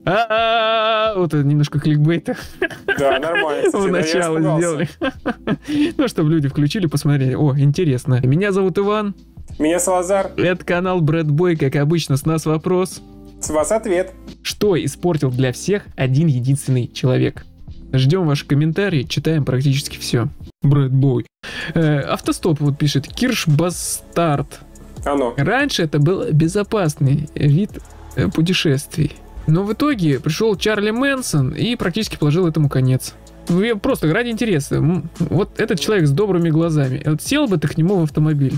Вот это немножко кликбейта. Да, нормально. Вначале сделали. Ну, чтобы люди включили, посмотрели. О, интересно. Меня зовут Иван. Меня Салазар. Это канал Брэдбой. Как обычно, с нас вопрос. С вас ответ. Что испортил для всех один единственный человек? Ждем ваши комментарии, читаем практически все. Брэдбой. Автостоп вот пишет. Кирш Бастард. Оно. Раньше это был безопасный вид путешествий. Но в итоге пришел Чарли Мэнсон и практически положил этому конец. Просто ради интереса. Вот этот человек с добрыми глазами. Вот сел бы ты к нему в автомобиль.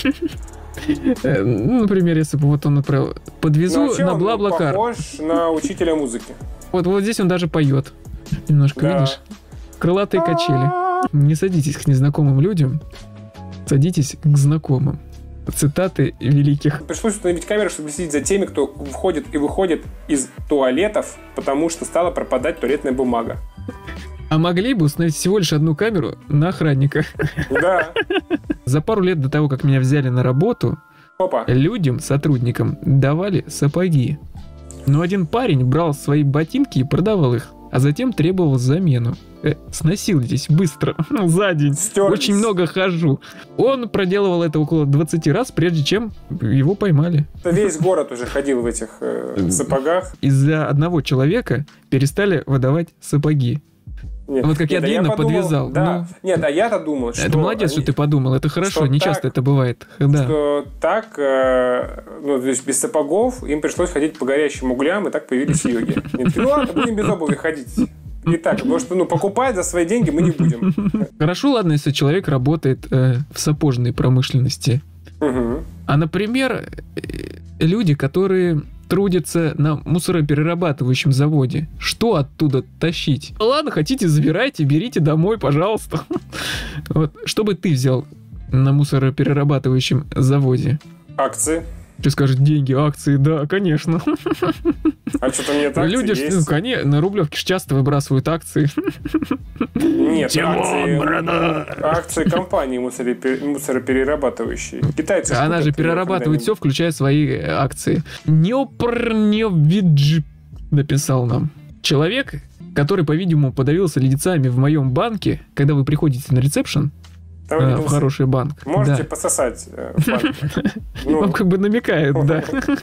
Ну, например, если бы вот он отправил. Подвезу на Бла-Бла-Кар. Похож на учителя музыки. Вот здесь он даже поет. Немножко, видишь? Крылатые качели. Не садитесь к незнакомым людям. Садитесь к знакомым. Цитаты великих. Пришлось установить камеру, чтобы следить за теми, кто входит и выходит из туалетов, потому что стала пропадать туалетная бумага. А могли бы установить всего лишь одну камеру на охранника. Да. За пару лет до того, как меня взяли на работу, людям, сотрудникам, давали сапоги. Но один парень брал свои ботинки и продавал их, а затем требовал замену. Сносились быстро, за день. Стерлись. Очень много хожу. Он проделывал это около 20 раз, прежде чем его поймали. Весь город уже ходил в этих сапогах. Из-за одного человека перестали выдавать сапоги. Нет, вот как я длинно подвязал. Да. Нет, а я-то думал, что... Это молодец, что ты подумал, это хорошо, не часто это бывает. Да. Что так, то есть без сапогов им пришлось ходить по горящим углям, и так появились йоги. Ну ладно, будем без обуви ходить. И так, потому что покупать за свои деньги мы не будем. Хорошо, ладно, если человек работает в сапожной промышленности. Угу. А, например, люди, которые трудятся на мусороперерабатывающем заводе. Что оттуда тащить? Ладно, хотите, забирайте, берите домой, пожалуйста. Вот, что бы ты взял на мусороперерабатывающем заводе? Акции. Ты скажешь, деньги, акции, да, конечно. А что-то нет акций люди есть? Конечно, на Рублевке часто выбрасывают акции. Нет, акции компании мусороперерабатывающей. Китайцы. Она же перерабатывает все, включая свои акции. Неопрневидж написал нам. Человек, который, по-видимому, подавился леденцами в моем банке, когда вы приходите на ресепшн, в хороший банк. Можете пососать в банке. Вам как бы намекает, да,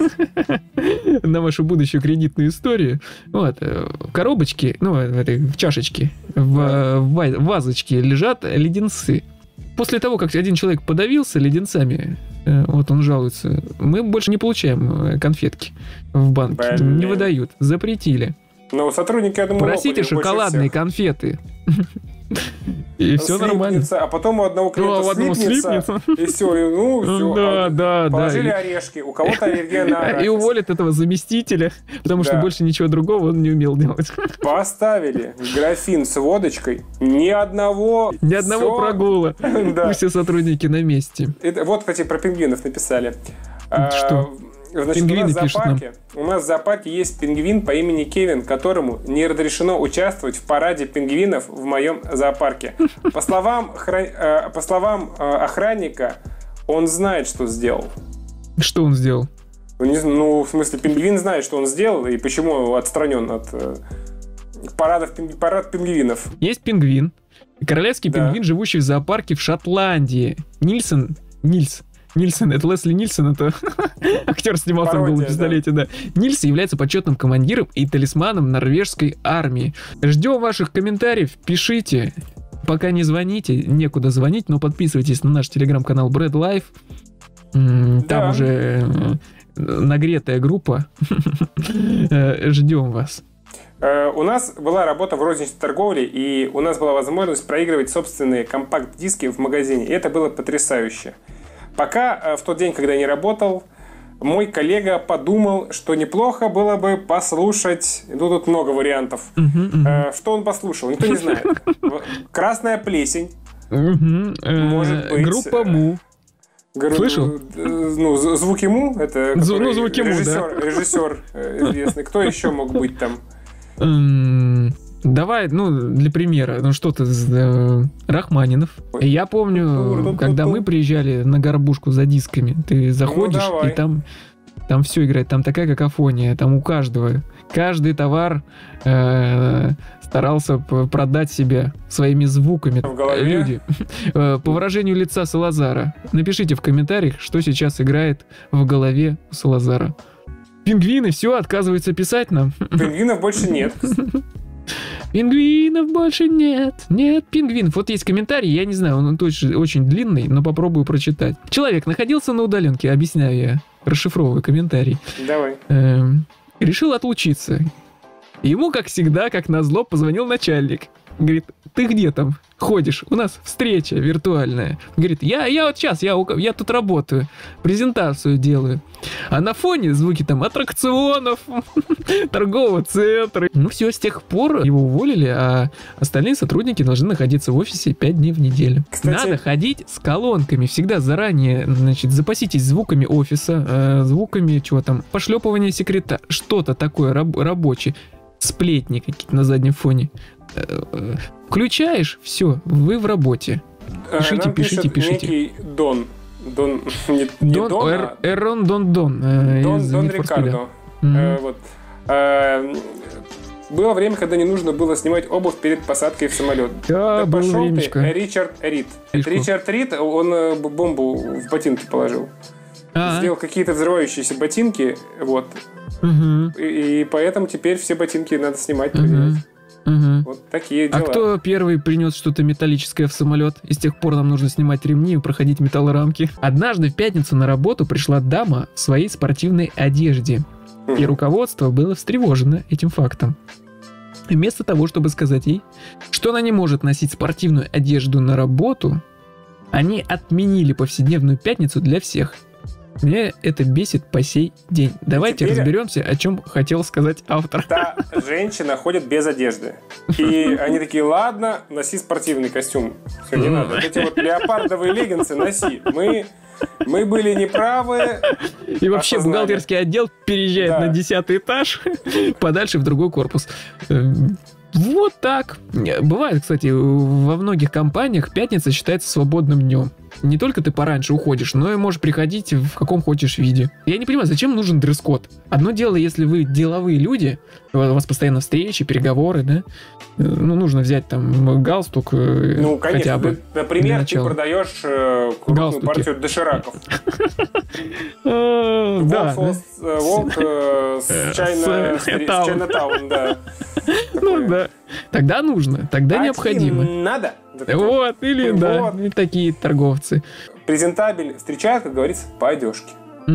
на вашу будущую кредитную историю. Вот, в коробочке, в этой чашечке, в вазочке лежат леденцы. После того, как один человек подавился леденцами, вот он жалуется, мы больше не получаем конфетки в банке. Не выдают, запретили. Но сотрудники, я думаю, просите шоколадные конфеты. И все нормально. А потом у одного клиента слипнется. И все, Да. Положили орешки, у кого-то аллергия на арахис. И уволят этого заместителя, потому что больше ничего другого он не умел делать. Поставили графин с водочкой, ни одного прогула. Все сотрудники на месте. Вот, кстати, про пингвинов написали. Что? Значит, у нас в зоопарке есть пингвин по имени Кевин, которому не разрешено участвовать в параде пингвинов в моем зоопарке. По словам охранника, он знает, что сделал. Что он сделал? В смысле, пингвин знает, что он сделал, и почему отстранен от парад пингвинов. Есть пингвин. Королевский пингвин, живущий в зоопарке в Шотландии. Нильсон, это Лесли Нильсон, это актер, снимался в «Голубом пистолете», да. Нильсон является почетным командиром и талисманом норвежской армии. Ждем ваших комментариев, пишите. Пока не звоните, некуда звонить, но подписывайтесь на наш телеграм-канал Bread Life. Там уже нагретая группа. Ждем вас. У нас была работа в розничной торговле, и у нас была возможность проигрывать собственные компакт-диски в магазине. И это было потрясающе. Пока в тот день, когда я не работал, мой коллега подумал, что неплохо было бы послушать... Тут много вариантов. Что он послушал? Никто не знает. «Красная плесень». Может быть... Группа Му. Слышал? «Звуки Му». Это «Звуки Му», да. Режиссер известный. Кто еще мог быть там? Давай, для примера, что-то Рахманинов. Я помню, когда мы приезжали на Горбушку за дисками, ты заходишь, и там там все играет, там такая какофония, там у каждого. Каждый товар старался продать себя своими звуками. В голове? Люди. По выражению лица Салазара. Напишите в комментариях, что сейчас играет в голове у Салазара. Пингвины все отказываются писать нам. Пингвинов больше нет. Пингвинов больше нет. Нет пингвинов. Вот есть комментарий, я не знаю, он точно очень длинный, но попробую прочитать. Человек находился на удаленке, объясняю я, расшифровываю комментарий. Давай. Решил отлучиться. Ему, как всегда, как назло, позвонил начальник. Говорит, ты где там ходишь? У нас встреча виртуальная. Говорит, я вот сейчас, я тут работаю, презентацию делаю. А на фоне звуки там аттракционов, торгового центра. Ну все, с тех пор его уволили, а остальные сотрудники должны находиться в офисе 5 дней в неделю. Кстати, надо ходить с колонками. Всегда заранее, значит, запаситесь звуками офиса, звуками чего там, пошлепывания секретаря, что-то такое рабочее. Сплетни какие-то на заднем фоне. Включаешь, все, вы в работе. Пишите, пишите, пишите. Некий Дон. Дон Эрон Дон. Дон Рикардо. Вот. Было время, когда не нужно было снимать обувь перед посадкой в самолет. Да пошел времечко. ты, Ричард Рид. Ричард Рид, он бомбу в ботинки положил. Сделал какие-то взрывающиеся ботинки, вот. И поэтому теперь все ботинки надо снимать, проверять. Вот такие дела. А кто первый принес что-то металлическое в самолет? И с тех пор нам нужно снимать ремни и проходить металлорамки. Однажды в пятницу на работу пришла дама в своей спортивной одежде. И руководство было встревожено этим фактом. Вместо того, чтобы сказать ей, что она не может носить спортивную одежду на работу, они отменили повседневную пятницу для всех. Меня это бесит по сей день. Давайте разберемся, о чем хотел сказать автор. Та женщина ходит без одежды. И они такие, ладно, носи спортивный костюм. Все, не надо. Вот эти вот леопардовые леггинсы носи. Мы были неправы. И вообще бухгалтерский отдел переезжает на 10-й этаж, подальше в другой корпус. Вот так. Бывает, кстати, во многих компаниях пятница считается свободным днем. Не только ты пораньше уходишь, но и можешь приходить в каком хочешь виде. Я не понимаю, зачем нужен дресс-код? Одно дело, если вы деловые люди, у вас постоянно встречи, переговоры, да? Ну, нужно взять там галстук, ну, конечно, хотя бы. Например, ты продаешь крупную партию дошираков. Волк с Чайнатаун, да. Ну да. Тогда нужно, тогда необходимо. Надо. Вот, или да, такие торговцы. Презентабель встречают, как говорится, по одежке.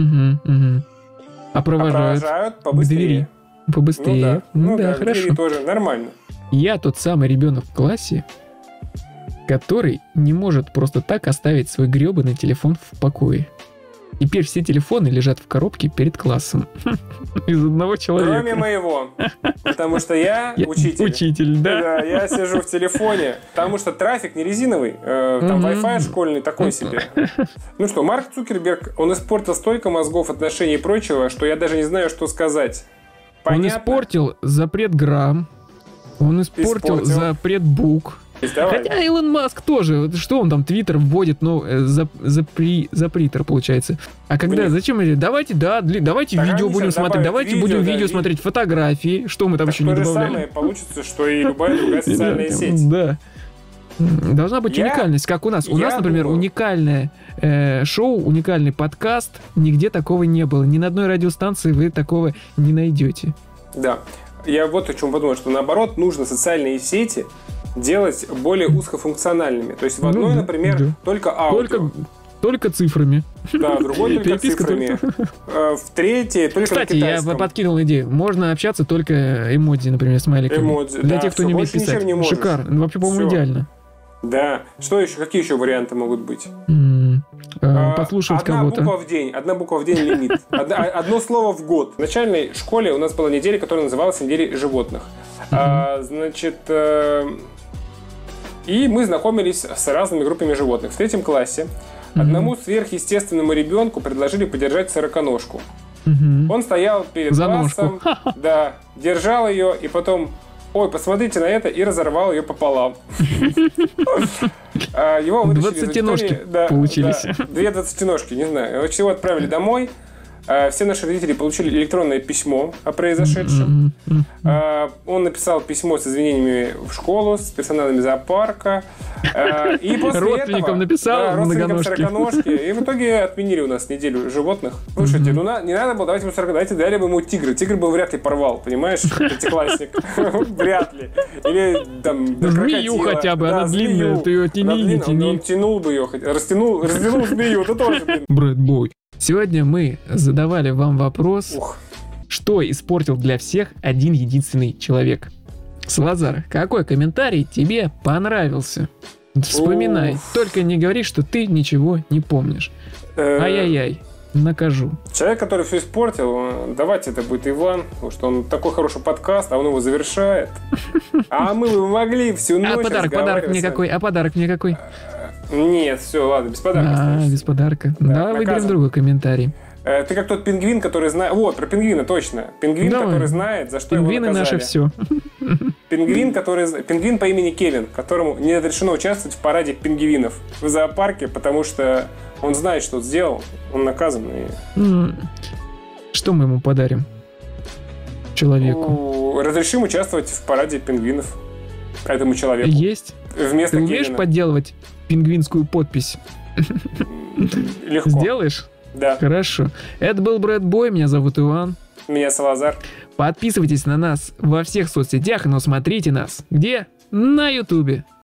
А провожают побыстрее. К двери. Побыстрее. Ну да, хорошо. к двери тоже нормально. Я тот самый ребенок в классе, который не может просто так оставить свой гребаный телефон в покое. Теперь все телефоны лежат в коробке перед классом. Из одного человека. Кроме моего. Потому что я учитель. Учитель, да. Да, я сижу в телефоне, потому что трафик не резиновый. Там Wi-Fi школьный такой себе. Ну что, Марк Цукерберг, он испортил столько мозгов, отношений и прочего, что я даже не знаю, что сказать. Он испортил запрет грамм. Он испортил запрет бук. Хотя Илон Маск тоже, что он там, Твиттер вводит, ну, запритер получается. А когда, зачем? Давайте видео будем смотреть, давайте будем видео смотреть, фотографии, что мы там еще не добавляли. То же самое получится, что и любая другая социальная сеть. Да. Должна быть уникальность, как у нас. У нас, например, уникальное шоу, уникальный подкаст, нигде такого не было. Ни на одной радиостанции вы такого не найдете. Да. Я вот о чем подумал, что наоборот нужно социальные сети делать более узкофункциональными. То есть в одной, например, только аудио. Только цифрами. Да, в другой только цифрами. В третьей только на китайском. Кстати, я подкинул идею. Можно общаться только эмодзи, например, смайликами. Эмодзи, для тех, кто не умеет писать. Шикарно. Вообще, по-моему, идеально. Да. Что еще? Какие еще варианты могут быть? Послушать кого-то. Одна буква в день лимит. Одно слово в год. В начальной школе у нас была неделя, которая называлась «Неделя животных». Значит... И мы знакомились с разными группами животных. В 3 классе одному сверхъестественному ребенку предложили подержать сороконожку. Он стоял перед классом, да, держал ее и потом, ой, посмотрите на это, и разорвал ее пополам. Его вытащили из аудитории. 20-ножки получились. 2 20-ножки, не знаю. Его отправили домой. все наши родители получили электронное письмо о произошедшем. Он написал письмо с извинениями в школу, с персоналами зоопарка. И после родственникам написал, да, родственникам сороконожки. И в итоге отменили у нас неделю животных. Слушайте, ну не надо было давать ему сороконожки, дали бы ему тигра. Тигр бы вряд ли порвал, понимаешь, пятиклассник. Вряд ли. Или там змею хотя бы, она длинная, ты ее тяни, не тяни. Он тянул бы ее, растянул змею, это тоже, блин. Брэдбой. Сегодня мы задавали вам вопрос, что испортил для всех один единственный человек. Салазар, какой комментарий тебе понравился? Вспоминай, только не говори, что ты ничего не помнишь. Ай-яй-яй, накажу. Человек, который все испортил, давайте это будет Иван, потому что он такой хороший подкаст, а он его завершает. А мы бы могли всю ночь подарок мне какой? Подарок мне какой? Нет, все, ладно, без подарка. Без подарка. Да, выберем другой комментарий. Ты как тот пингвин, который знает... Вот, про пингвина, точно. Пингвин, который знает, за что пингвины его наказали. Наше все. Пингвин по имени Кевин, которому не разрешено участвовать в параде пингвинов в зоопарке, потому что он знает, что сделал, он наказан. Что мы ему подарим? Человеку. Разрешим участвовать в параде пингвинов этому человеку. Есть? Вместо Ты умеешь Кевина. подделывать пингвинскую подпись? Легко. Сделаешь? Да. Хорошо. Это был Брэдбой, меня зовут Иван. Меня Салазар. Подписывайтесь на нас во всех соцсетях, но смотрите нас. Где? На Ютубе.